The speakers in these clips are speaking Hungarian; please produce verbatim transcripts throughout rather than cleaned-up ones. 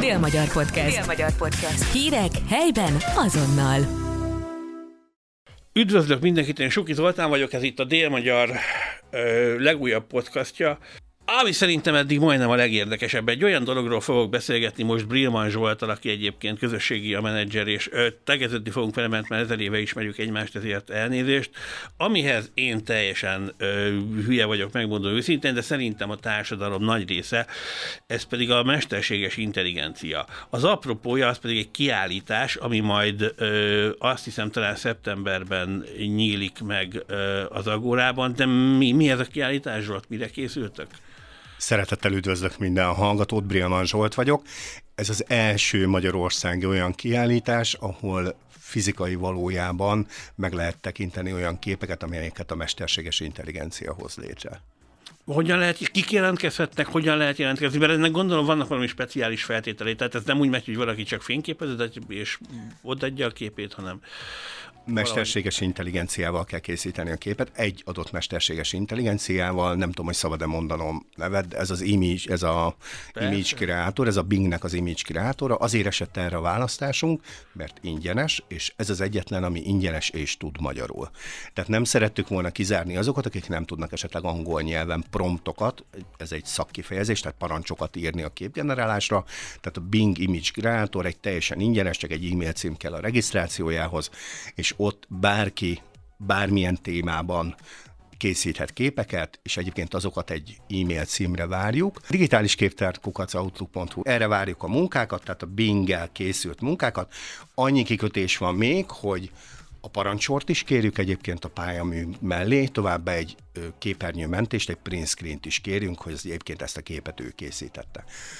Dél-Magyar Podcast. Dél-Magyar Podcast. Hírek helyben azonnal. Üdvözlök mindenkit, én Suki Zoltán vagyok, ez itt a Dél-Magyar ö, legújabb podcastja, ami szerintem eddig majdnem a legérdekesebb. Egy olyan dologról fogok beszélgetni most Brillman Zsolttal, aki egyébként közösségi a menedzser, és ö, tegeződni fogunk vele, mert már ezer éve ismerjük egymást, ezért elnézést, amihez én teljesen ö, hülye vagyok, megmondom őszintén, de szerintem a társadalom nagy része, ez pedig a mesterséges intelligencia. Az apropója az pedig egy kiállítás, ami majd ö, azt hiszem talán szeptemberben nyílik meg ö, az Agórában, de mi, mi ez a kiállítás, Zsolt? Mire készültök? Szeretettel üdvözlök minden hallgatót, Brillman Zsolt vagyok. Ez az első magyarországi olyan kiállítás, ahol fizikai valójában meg lehet tekinteni olyan képeket, amelyeket a mesterséges intelligencia hoz létre. Hogyan lehet, kik jelentkezhetnek, hogyan lehet jelentkezni? Mert ennek gondolom vannak valami speciális feltételei, tehát ez nem úgy megy, hogy valaki csak fényképezett és odaadja a képét, hanem... Mesterséges intelligenciával kell készíteni a képet, egy adott mesterséges intelligenciával, nem tudom, hogy szabad-e mondanom neved, ez az image, ez a Persze. image kreátor, ez a Bingnek az image kreátora, azért esett erre a választásunk, mert ingyenes, és ez az egyetlen, ami ingyenes és tud magyarul. Tehát nem szerettük volna kizárni azokat, akik nem tudnak esetleg angol nyelven promptokat, ez egy szakkifejezés, tehát parancsokat írni a képgenerálásra, tehát a Bing image kreátor egy teljesen ingyenes, csak egy e-mail cím kell a regisztrációjához, és ott bárki bármilyen témában készíthet képeket, és egyébként azokat egy e-mail címre várjuk. Digitális képtár kukac outlook pont hu. Erre várjuk a munkákat, tehát a Bing-gel készült munkákat. Annyi kikötés van még, hogy a parancsort is kérjük egyébként a pályamű mellé, továbbá egy képernyőmentést, egy print screen-t is kérünk, hogy egyébként ezt a képet ő készítette.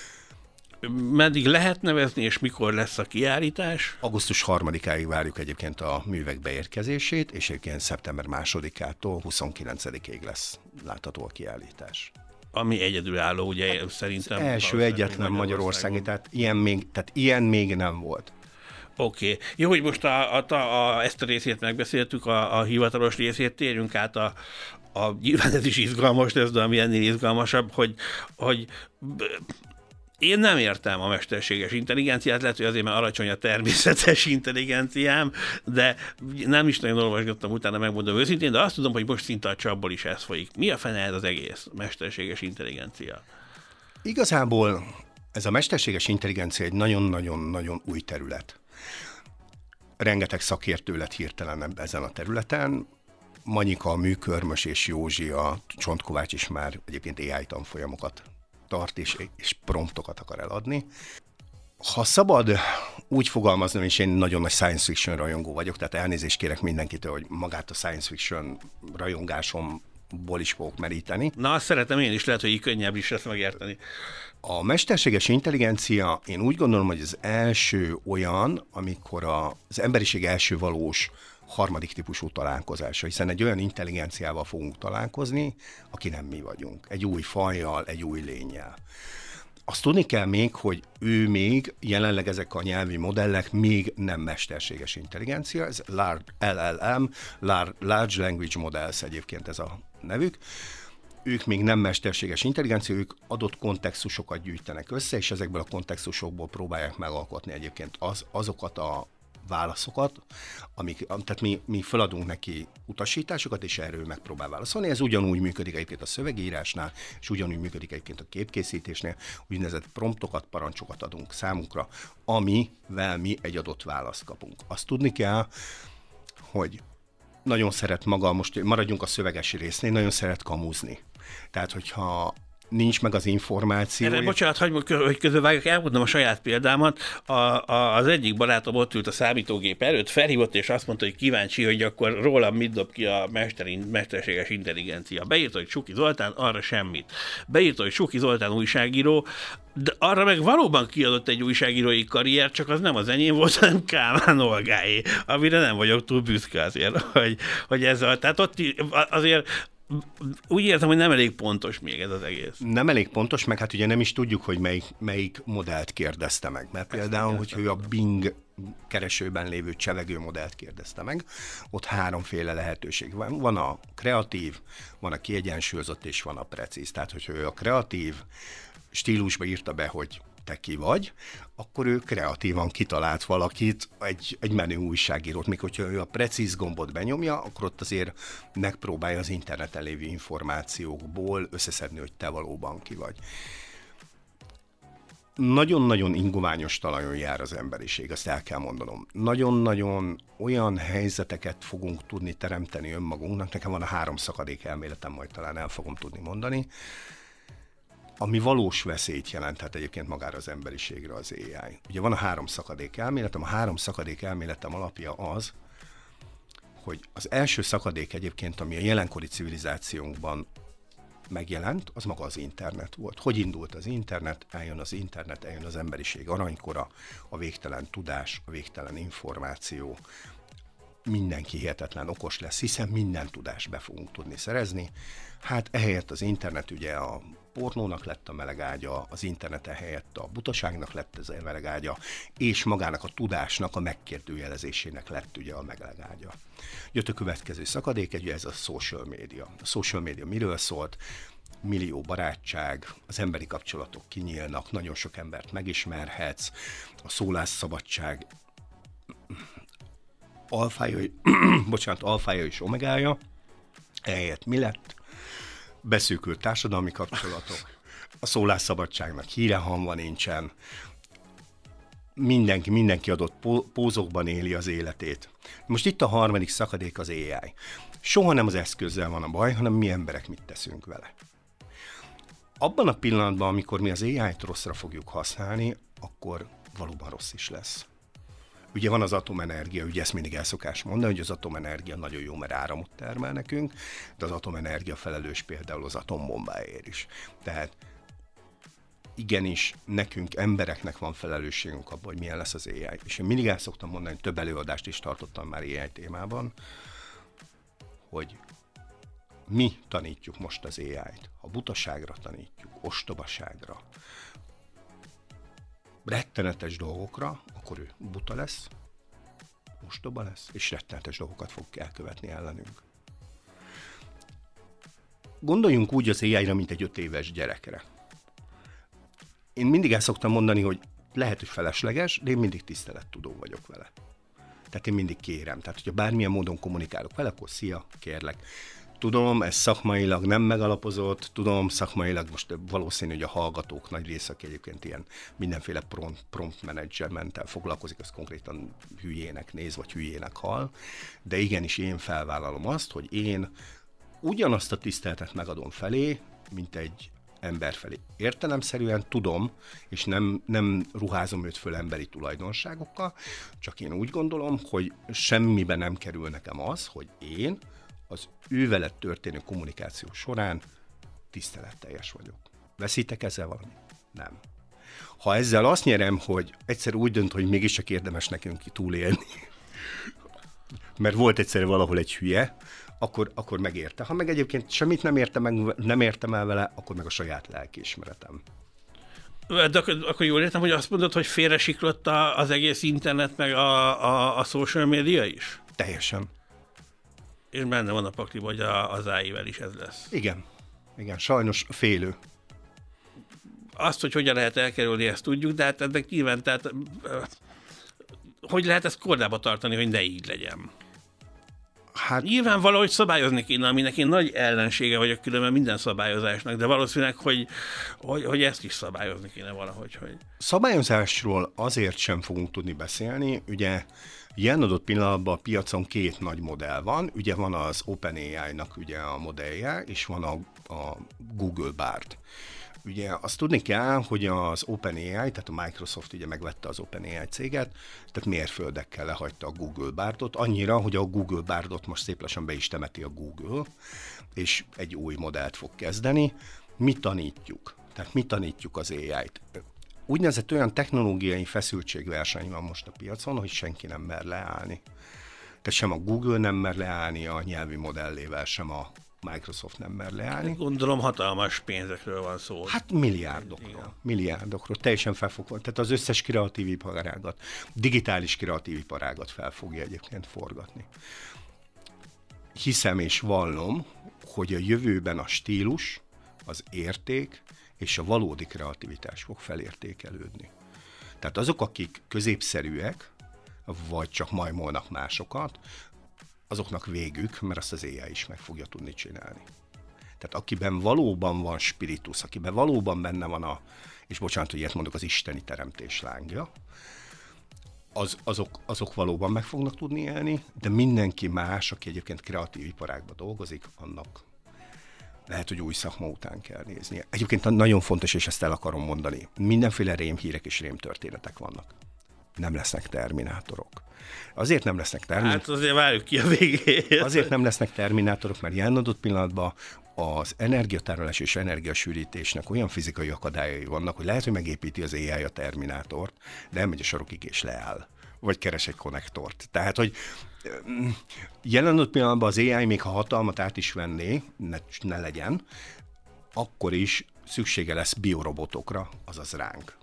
Meddig lehet nevezni, és mikor lesz a kiállítás? augusztus harmadikáig várjuk egyébként a művek beérkezését, és egyébként szeptember másodikától huszonkilencedikéig lesz látható a kiállítás. Ami egyedülálló, ugye hát szerintem... Első egyetlen magyarországi, tehát ilyen, még, tehát ilyen még nem volt. Oké. Okay. Jó, hogy most a, a, a, ezt a részét megbeszéltük, a, a hivatalos részét, térjünk át a, a nyilván ez is izgalmas lesz, de ami ennél izgalmasabb, hogy, hogy én nem értem a mesterséges intelligenciát, lehet, hogy azért, mert alacsony a természetes intelligenciám, de nem is nagyon olvasgattam utána, megmondom őszintén, de azt tudom, hogy most szinte a csapból is ez folyik. Mi a fene ez az egész mesterséges intelligencia? Igazából ez a mesterséges intelligencia egy nagyon-nagyon-nagyon új terület. Rengeteg szakértő lett hirtelen ezen a területen. Manyika, Műkörmös és Józsi, a Csontkovács is már egyébként á i tanfolyamokat tart és, és promptokat akar eladni. Ha szabad úgy fogalmaznom, és én nagyon nagy science fiction rajongó vagyok, tehát elnézést kérek mindenkitől, hogy magát a science fiction rajongásomból is fogok meríteni. Na, azt szeretem én is, lehet, hogy így könnyebb is lesz megérteni. A mesterséges intelligencia, én úgy gondolom, hogy az első olyan, amikor a, az emberiség első valós harmadik típusú találkozása, hiszen egy olyan intelligenciával fogunk találkozni, aki nem mi vagyunk. Egy új fajjal, egy új lénnyel. Azt tudni kell még, hogy ő még, jelenleg ezek a nyelvi modellek még nem mesterséges intelligencia, ez el el em, Large Language Models egyébként ez a nevük. Ők még nem mesterséges intelligencia, ők adott kontextusokat gyűjtenek össze, és ezekből a kontextusokból próbálják megalkotni egyébként az, azokat a válaszokat, amik, tehát mi, mi feladunk neki utasításokat, és erről megpróbál válaszolni. Ez ugyanúgy működik egyébként a szövegírásnál, és ugyanúgy működik egyébként a képkészítésnél, úgynevezett promptokat, parancsokat adunk számunkra, amivel mi egy adott választ kapunk. Azt tudni kell, hogy nagyon szeret maga, most maradjunk a szöveges résznél, nagyon szeret kamuzni. Tehát, hogyha nincs meg az információ. Erre, bocsánat, hagyd, hogy közölvágjak, elmondom a saját példámat. A, a, az egyik barátom ott ült a számítógép előtt, felhívott, és azt mondta, hogy kíváncsi, hogy akkor rólam mit dob ki a mesterin, mesterséges intelligencia. Beírta, hogy Suki Zoltán, arra semmit. Beírta, hogy Suki Zoltán újságíró, de arra meg valóban kiadott egy újságírói karrier, csak az nem az enyém volt, hanem Kálmán Olgáé, amire nem vagyok túl büszke azért, hogy, hogy ez a, tehát ott azért úgy értem, hogy nem elég pontos még ez az egész. Nem elég pontos, meg hát ugye nem is tudjuk, hogy melyik, melyik modellt kérdezte meg. Mert ezt például, hogyha ő a Bing keresőben lévő csevegő modellt kérdezte meg, ott háromféle lehetőség van. Van a kreatív, van a kiegyensúlyozott, és van a precíz. Tehát, hogyha ő a kreatív stílusba írta be, hogy te ki vagy, akkor ő kreatívan kitalált valakit, egy, egy menő újságírót, mikor hogyha ő a precíz gombot benyomja, akkor ott azért megpróbálja az interneten lévő információkból összeszedni, hogy te valóban ki vagy. Nagyon-nagyon ingományos talajon jár az emberiség, azt el kell mondanom. Nagyon-nagyon olyan helyzeteket fogunk tudni teremteni önmagunknak, nekem van a három szakadék elméletem, majd talán el fogom tudni mondani, ami valós veszélyt jelenthet egyébként magára az emberiségre az á i. Ugye van a három szakadék elméletem, a három szakadék elméletem alapja az, hogy az első szakadék egyébként, ami a jelenkori civilizációnkban megjelent, az maga az internet volt. Hogy indult az internet? Eljön az internet, eljön az emberiség aranykora, a végtelen tudás, a végtelen információ. Mindenki hihetetlen okos lesz, hiszen minden tudást be fogunk tudni szerezni. Hát ehelyett az internet ugye a pornónak lett a melegágya, az internet helyett a butaságnak lett ez a melegágya, és magának a tudásnak a megkérdőjelezésének lett ugye a melegágya. Jött a következő szakadék, ugye ez a social media. A social media miről szólt? Millió barátság, az emberi kapcsolatok kinyílnak, nagyon sok embert megismerhetsz, a szólásszabadság alfája, bocsánat, alfája és omegája, ehelyett mi lett? Beszűkült társadalmi kapcsolatok, a szólásszabadságnak hírehamva nincsen, mindenki, mindenki adott pó- pózokban éli az életét. Most itt a harmadik szakadék az á i. Soha nem az eszközzel van a baj, hanem mi emberek mit teszünk vele. Abban a pillanatban, amikor mi az á i-t rosszra fogjuk használni, akkor valóban rossz is lesz. Ugye van az atomenergia, ugye ezt mindig el szokás mondani, hogy az atomenergia nagyon jó, mert áramot termel nekünk, de az atomenergia felelős például az atombombáért is. Tehát igenis nekünk, embereknek van felelősségünk abban, hogy milyen lesz az á i. És én mindig el szoktam mondani, hogy több előadást is tartottam már á i témában, hogy mi tanítjuk most az á i-t. Ha butaságra tanítjuk, ostobaságra, rettenetes dolgokra, akkor ő buta lesz, ostoba lesz, és rettenetes dolgokat fog elkövetni ellenünk. Gondoljunk úgy az á i-ra, mint egy öt éves gyerekre. Én mindig el szoktam mondani, hogy lehet, hogy felesleges, de én mindig tisztelettudó vagyok vele. Tehát én mindig kérem. Tehát, hogyha bármilyen módon kommunikálok vele, akkor szia, kérlek. Tudom, ez szakmailag nem megalapozott, tudom, szakmailag most valószínű, hogy a hallgatók nagy része, aki egyébként ilyen mindenféle prompt, prompt managementtel foglalkozik, az konkrétan hülyének néz, vagy hülyének hall, de igenis én felvállalom azt, hogy én ugyanazt a tiszteletet megadom felé, mint egy ember felé. Értelemszerűen tudom, és nem, nem ruházom őt föl emberi tulajdonságokkal, csak én úgy gondolom, hogy semmiben nem kerül nekem az, hogy én az ő veled történő kommunikáció során tiszteletteljes vagyok. Veszítek ezzel valamit? Nem. Ha ezzel azt nyerem, hogy egyszer úgy dönt, hogy mégiscsak érdemes nekünk ki túlélni, mert volt egyszer valahol egy hülye, akkor, akkor megérte. Ha meg egyébként semmit nem értem, meg, nem értem el vele, akkor meg a saját lelkiismeretem. De akkor, akkor jól értem, hogy azt mondod, hogy félresiklott az egész internet, meg a, a, a social media is? Teljesen. És benne van a pakliba, hogy a, az á i-vel is ez lesz. Igen. Igen, sajnos félő. Azt, hogy hogyan lehet elkerülni, ezt tudjuk, de hát ennek nyilván, tehát hogy lehet ezt kordába tartani, hogy ne így legyen? Hát nyilván valahogy szabályozni kéne, aminek én nagy ellensége vagyok különben minden szabályozásnak, de valószínűleg, hogy, hogy, hogy ezt is szabályozni kéne valahogy. Hogy... Szabályozásról azért sem fogunk tudni beszélni, ugye ilyen adott pillanatban a piacon két nagy modell van, ugye van az OpenAI-nak ugye a modellje, és van a, a Google Bard. Ugye azt tudni kell, hogy az OpenAI, tehát a Microsoft ugye megvette az OpenAI céget, tehát mérföldekkel lehagyta a Google Bardot, annyira, hogy a Google Bardot most szép lassan be is temeti a Google, és egy új modellt fog kezdeni. Mi tanítjuk? Tehát mi tanítjuk az á i-t? Úgynevezett olyan technológiai feszültségverseny van most a piacon, hogy senki nem mer leállni. Tehát sem a Google nem mer leállni a nyelvi modellével, sem a Microsoft nem mer leállni. Gondolom hatalmas pénzekről van szó. Hát milliárdokról. Igen. Milliárdokról. Teljesen fel fog, tehát az összes kreatív iparágat, digitális kreatív iparágat fel fogja egyébként forgatni. Hiszem és vallom, hogy a jövőben a stílus, az érték és a valódi kreativitás fog felértékelődni. Tehát azok, akik középszerűek, vagy csak majmolnak másokat, azoknak végük, mert azt az á i is meg fogja tudni csinálni. Tehát akiben valóban van spiritus, akiben valóban benne van a, és bocsánat, hogy ilyet mondok, az isteni teremtés lángja, az, azok, azok valóban meg fognak tudni élni, de mindenki más, aki egyébként kreatív iparágban dolgozik, annak lehet, hogy új szakma után kell néznie. Egyébként nagyon fontos, és ezt el akarom mondani, mindenféle rémhírek és rémtörténetek vannak. Nem lesznek terminátorok. Azért nem lesznek terminátorok. Hát azért várjuk ki a végét. Azért nem lesznek terminátorok, mert jelen adott pillanatban az energiatárolás és energiasűrítésnek olyan fizikai akadályai vannak, hogy lehet, hogy megépíti az á i a terminátort, de elmegy a sarokig és leáll. Vagy keres egy konnektort. Tehát, hogy jelen adott pillanatban az á i még ha hatalmat át is venné, ne, ne legyen, akkor is szüksége lesz biorobotokra, azaz ránk.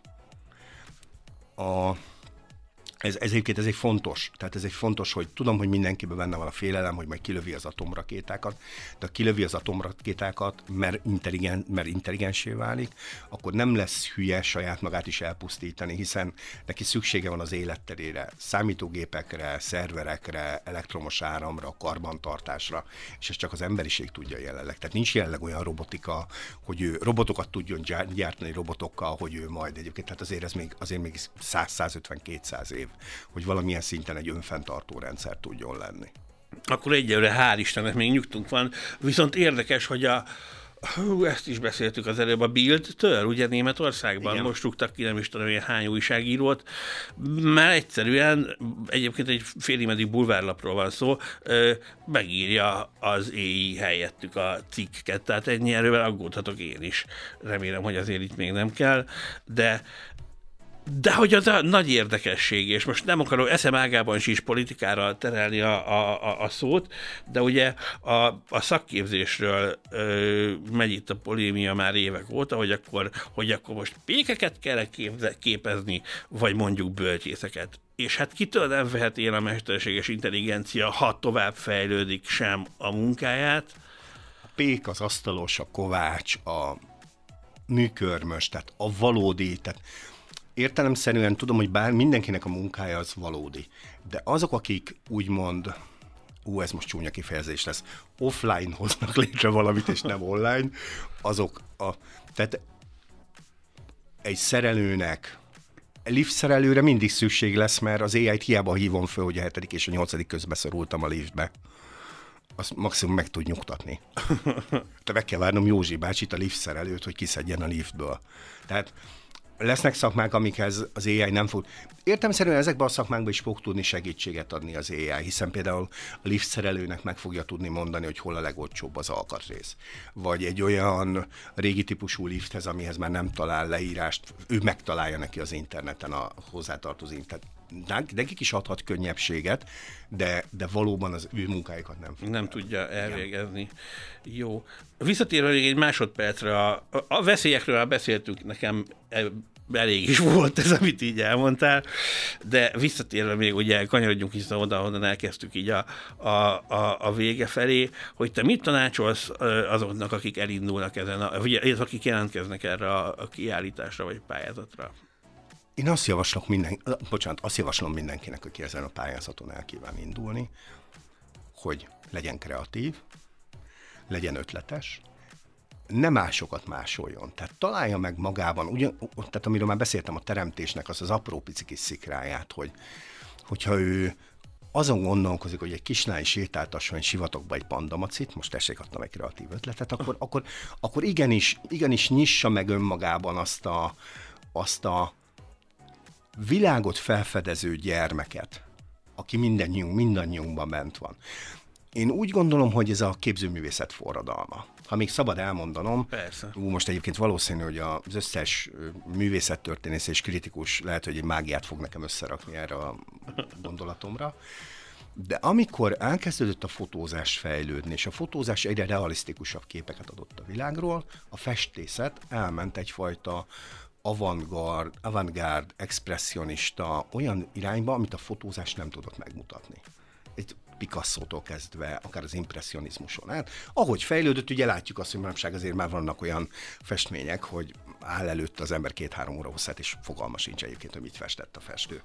A Ez, ez egyébként ez egy fontos, tehát ez egy fontos, hogy tudom, hogy mindenkiben benne van a félelem, hogy majd kilövi az atomrakétákat, de ha kilövi az atomrakétákat, mert, intelligen, mert intelligensé válik, akkor nem lesz hülye saját magát is elpusztítani, hiszen neki szüksége van az életterére, számítógépekre, szerverekre, elektromos áramra, karbantartásra, és ezt csak az emberiség tudja jelenleg. Tehát nincs jelenleg olyan robotika, hogy ő robotokat tudjon gyártani robotokkal, hogy ő majd egyébként, tehát azért ez még, azért még száz-százötven-kétszáz év, hogy valamilyen szinten egy önfenntartó rendszer tudjon lenni. Akkor egyelőre hál' Istennek még nyugtunk van, viszont érdekes, hogy a hú, ezt is beszéltük az előbb, a Bild-től, ugye Németországban, igen. Most rúgtak ki nem is tudom, hogy hány újságírót, mert egyszerűen, egyébként egy félig meddig bulvárlapról van szó, megírja az á i helyettük a cikket, tehát ennyi erővel aggódhatok én is. Remélem, hogy azért itt még nem kell, de De hogy az a nagy érdekesség, és most nem akarom eszem ágában is politikára terelni a, a, a szót, de ugye a, a szakképzésről ö, megy itt a polémia már évek óta, hogy akkor, hogy akkor most pékeket kell képze, képezni, vagy mondjuk bölcsészeket. És hát kitől nem vehet él a mesterséges intelligencia, ha tovább fejlődik sem a munkáját? A pék, az asztalos, a kovács, a műkörmös, tehát a valódi, tehát értelemszerűen tudom, hogy bár mindenkinek a munkája az valódi, de azok, akik úgymond, ú, ez most csúnya kifejezés lesz, offline hoznak létre valamit, és nem online, azok a, tehát egy szerelőnek, lift szerelőre mindig szükség lesz, mert az á i-t hiába hívom föl, hogy a hetedik és a nyolcadik közbeszorultam a liftbe. Azt maximum meg tud nyugtatni. Te meg kell várnom Józsi bácsit, a lift szerelőt, hogy kiszedjen a liftből. Tehát lesznek szakmák, amikhez az á i nem fog... Értelemszerűen ezekben a szakmákban is fog tudni segítséget adni az á i, hiszen például a lift szerelőnek meg fogja tudni mondani, hogy hol a legolcsóbb az alkatrész. Vagy egy olyan régi típusú lifthez, amihez már nem talál leírást, ő megtalálja neki az interneten a hozzátartozó internet. Nekik is adhat könnyebbséget, de, de valóban az ő munkájukat nem fog. Nem tudja elvégezni. Igen. Jó. Visszatérve még egy másodpercre, a, a veszélyekről beszéltünk, nekem elég is volt ez, amit így elmondtál, de visszatérve még ugye kanyarodjunk vissza oda, ahonnan elkezdtük így a, a, a, a vége felé, hogy te mit tanácsolsz azoknak, akik elindulnak ezen, a, vagy akik jelentkeznek erre a, a kiállításra vagy pályázatra? Én azt javaslom, minden, bocsánat, azt javaslom mindenkinek, aki ezen a pályázaton el kíván indulni, hogy legyen kreatív, legyen ötletes, ne másokat másoljon. Tehát találja meg magában, ugyan, tehát amiről már beszéltem, a teremtésnek az az apró pici kis szikráját, hogy, hogyha ő azon gondolkozik, hogy egy kislány sétáltasson egy sivatagba egy pandamacit, most tessék, adtam egy kreatív ötletet, akkor, akkor, akkor igenis, igenis nyissa meg önmagában azt a, azt a világot felfedező gyermeket, aki mindannyiunk, mindannyiunkban bent van. Én úgy gondolom, hogy ez a képzőművészet forradalma. Ha még szabad elmondanom, persze. Ú, most egyébként valószínű, hogy az összes művészettörténész és kritikus lehet, hogy egy mágiát fog nekem összerakni erre a gondolatomra, de amikor elkezdődött a fotózás fejlődni, és a fotózás egyre realisztikusabb képeket adott a világról, a festészet elment egyfajta avantgard, avantgárd, expressionista olyan irányba, amit a fotózás nem tudott megmutatni. Egy Picasso-tól kezdve, akár az impresszionizmuson át. Ahogy fejlődött, ugye látjuk azt, hogy manapság azért már vannak olyan festmények, hogy áll előtt az ember két-három óra hosszát, és fogalma sincs egyébként, hogy mit festett a festő.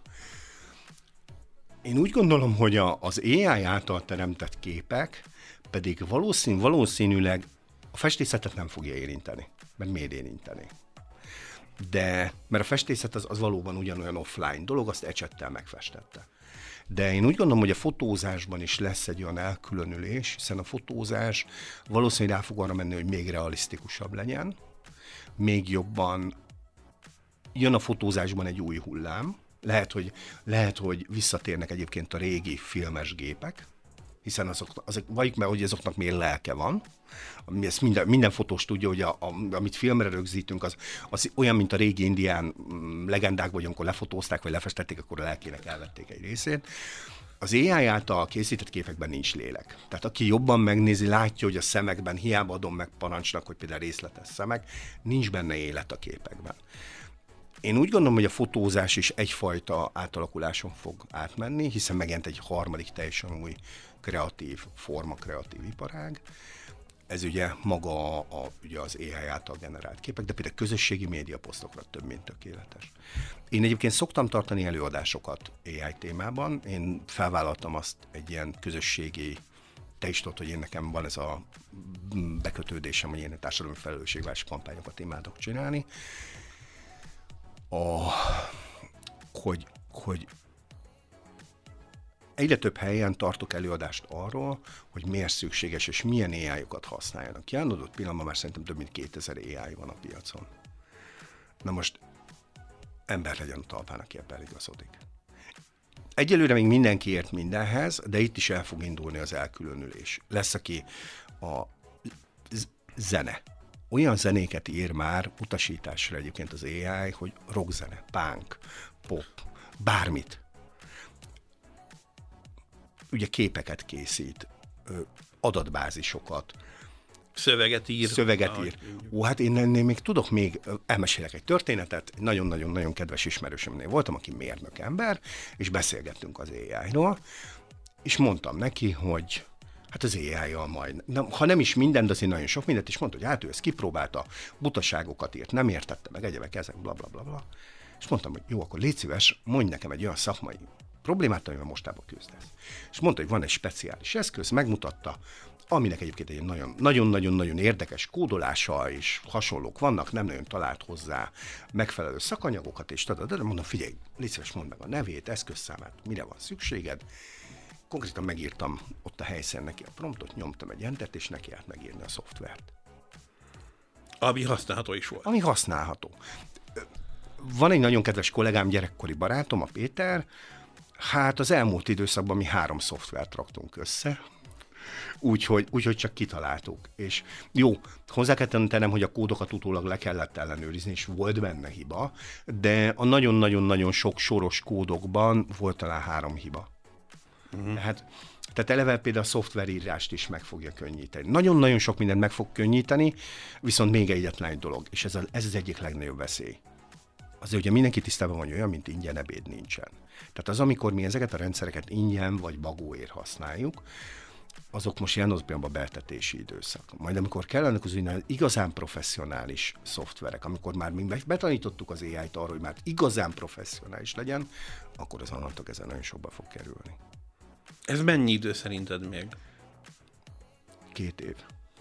Én úgy gondolom, hogy a, az á i által teremtett képek pedig valószín, valószínűleg a festészetet nem fogja érinteni, mert miért érinteni? De, mert a festészet az, az valóban ugyanolyan offline dolog, azt ecsettel megfestette. De én úgy gondolom, hogy a fotózásban is lesz egy olyan elkülönülés, hiszen a fotózás valószínűleg rá fog arra menni, hogy még realisztikusabb legyen, még jobban jön a fotózásban egy új hullám. Lehet, hogy, lehet, hogy visszatérnek egyébként a régi filmes gépek, hiszen azok, azok valljuk meg, hogy azoknak miért lelke van. Ezt minden, minden fotós tudja, hogy a, a, amit filmre rögzítünk, az, az olyan, mint a régi indián legendák, vagy amikor lefotózták, vagy lefestették, akkor a lelkének elvették egy részét. Az á i által készített képekben nincs lélek. Tehát aki jobban megnézi, látja, hogy a szemekben, hiába adom meg parancsnak, hogy például részletes szemek, nincs benne élet a képekben. Én úgy gondolom, hogy a fotózás is egyfajta átalakuláson fog átmenni, hiszen megjelent egy harmadik teljesen új kreatív forma, kreatív iparág. Ez ugye maga a, a, ugye az á i által generált képek, de például közösségi médiaposztokra több, mint tökéletes. Én egyébként szoktam tartani előadásokat á i témában. Én felvállaltam azt egy ilyen közösségi, te is tudod, hogy én nekem van ez a bekötődésem, hogy én egy társadalmi felelősségvállalási kampányokat imádok csinálni. A, hogy, hogy egyre több helyen tartok előadást arról, hogy miért szükséges és milyen á i-okat használjanak. Jelen adott pillanatban már szerintem több mint kétezer á i van a piacon. Na most ember legyen a talpán, aki ebben igazodik. Egyelőre még mindenki ért mindenhez, de itt is el fog indulni az elkülönülés. Lesz, aki a zene. Olyan zenéket ír már utasításra egyébként az á i, hogy rockzene, punk, pop, bármit. Ugye képeket készít, adatbázisokat, Szöveget ír. Szöveget ír. Ó, hát én, én még tudok még, elmesélek egy történetet, nagyon-nagyon-nagyon kedves ismerősömnél voltam, aki mérnök ember, és beszélgettünk az á i-ról, és mondtam neki, hogy hát az á i-jal majd, nem, ha nem is minden, de azért nagyon sok mindent, és mondta, hogy hát ő ezt kipróbálta, butaságokat írt, nem értette meg, egyebek ezek, bla bla bla bla. És mondtam, hogy jó, akkor légy szíves, mondj nekem egy olyan szakmai problémát, amivel mostában küzdesz. És mondta, hogy van egy speciális eszköz, megmutatta, aminek egyébként egy nagyon-nagyon-nagyon érdekes kódolása és hasonlók vannak, nem nagyon talált hozzá megfelelő szakanyagokat, és de mondom, figyelj, légy szíves, mondd meg a nevét, eszközszámát, mire van szükséged. Konkrétan megírtam ott a helyszínen neki a promptot, nyomtam egy entert, és neki állt megírni a szoftvert. Ami használható is volt. Ami használható. Van egy nagyon kedves kollégám, gyerekkori barátom, a Péter, hát az elmúlt időszakban mi három szoftvert raktunk össze, úgyhogy úgy, csak kitaláltuk. És jó, hozzá kell tennem, hogy a kódokat utólag le kellett ellenőrizni, és volt benne hiba, de a nagyon-nagyon-nagyon sok soros kódokban volt talán három hiba. Uh-huh. Tehát, tehát eleve például a szoftverírást is meg fogja könnyíteni. Nagyon-nagyon sok mindent meg fog könnyíteni, viszont még egyetlen egy dolog, és ez, a, ez az egyik legnagyobb veszély. Azért ugye mindenki tisztában van, olyan, mint ingyen ebéd nincsen. Tehát az, amikor mi ezeket a rendszereket ingyen vagy bagóért használjuk, azok most jelen az pillanatban betetési időszak. Majd amikor kellenek az igazán professzionális szoftverek, amikor már mi betanítottuk az á i-t arra, hogy már igazán professzionális legyen, akkor az onnantól ezen nagyon sokba fog kerülni. Ez mennyi idő szerinted még? Két év.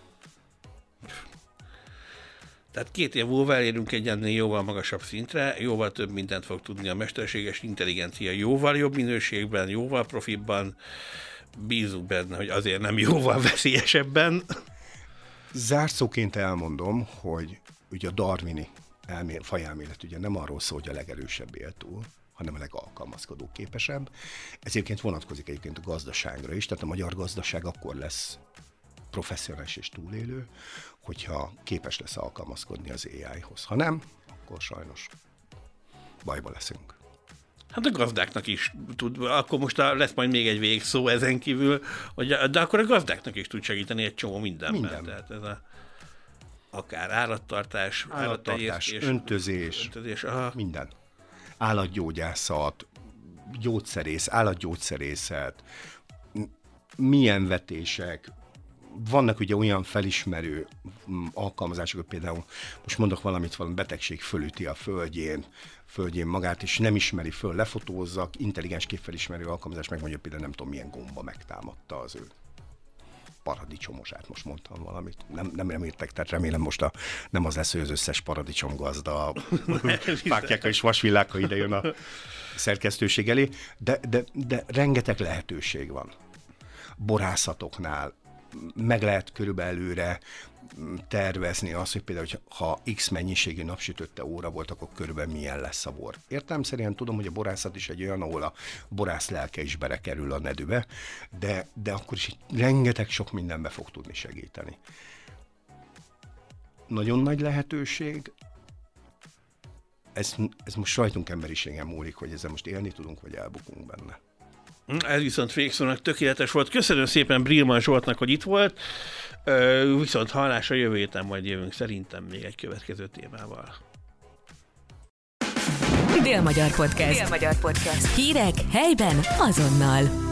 Tehát két év múlva elérünk egy ennél jóval magasabb szintre, jóval több mindent fog tudni a mesterséges intelligencia, jóval jobb minőségben, jóval profibban, bízunk benne, hogy azért nem jóval veszélyesebben. Zárszóként elmondom, hogy ugye a darwini elmél, fajelmélet ugye nem arról szól, hogy a legerősebb él túl, hanem a legalkalmazkodó képesebb. Ez egyébként vonatkozik egyébként a gazdaságra is, tehát a magyar gazdaság akkor lesz professzionális és túlélő, hogyha képes lesz alkalmazkodni az á i-hoz. Ha nem, akkor sajnos bajba leszünk. Hát a gazdáknak is tud, akkor most lesz majd még egy végszó ezen kívül, hogy, de akkor a gazdáknak is tud segíteni egy csomó mindenben. Minden. Tehát ez a, akár állattartás, állattartás, öntözés, öntözés aha. Minden. Állatgyógyászat, gyógyszerész, állatgyógyszerészet, milyen vetések, vannak ugye olyan felismerő alkalmazások, hogy például most mondok valamit, valami betegség fölüti a földjén, földjén magát, és nem ismeri föl, lefotózzak, intelligens képfelismerő alkalmazás megmondja, például nem tudom milyen gomba megtámadta az ő paradicsomosát, most mondtam valamit. Nem, nem reméltek, tehát remélem most a, nem az lesz, hogy az összes paradicsomgazda fákjákkal és vasvillákkal ide jön a szerkesztőség elé, de, de, de rengeteg lehetőség van. Borászatoknál meg lehet körülbelül előre tervezni azt, hogy például, hogy ha X mennyiségű napsütötte óra volt, akkor körülbelül milyen lesz a bor. Értelemszerűen tudom, hogy a borászat is egy olyan, ahol a borász lelke is belekerül a nedűbe, de, de akkor is rengeteg sok mindenbe fog tudni segíteni. Nagyon nagy lehetőség, ez, ez most rajtunk emberiségen múlik, hogy ezzel most élni tudunk, vagy elbukunk benne. Ez viszont végszónak tökéletes volt. Köszönöm szépen Brillmann Zsoltnak, hogy itt volt. Viszont hallásra jövő héten majd jövünk szerintem még egy következő témával. Dél-Magyar Podcast. Dél-Magyar Podcast. Hírek helyben azonnal.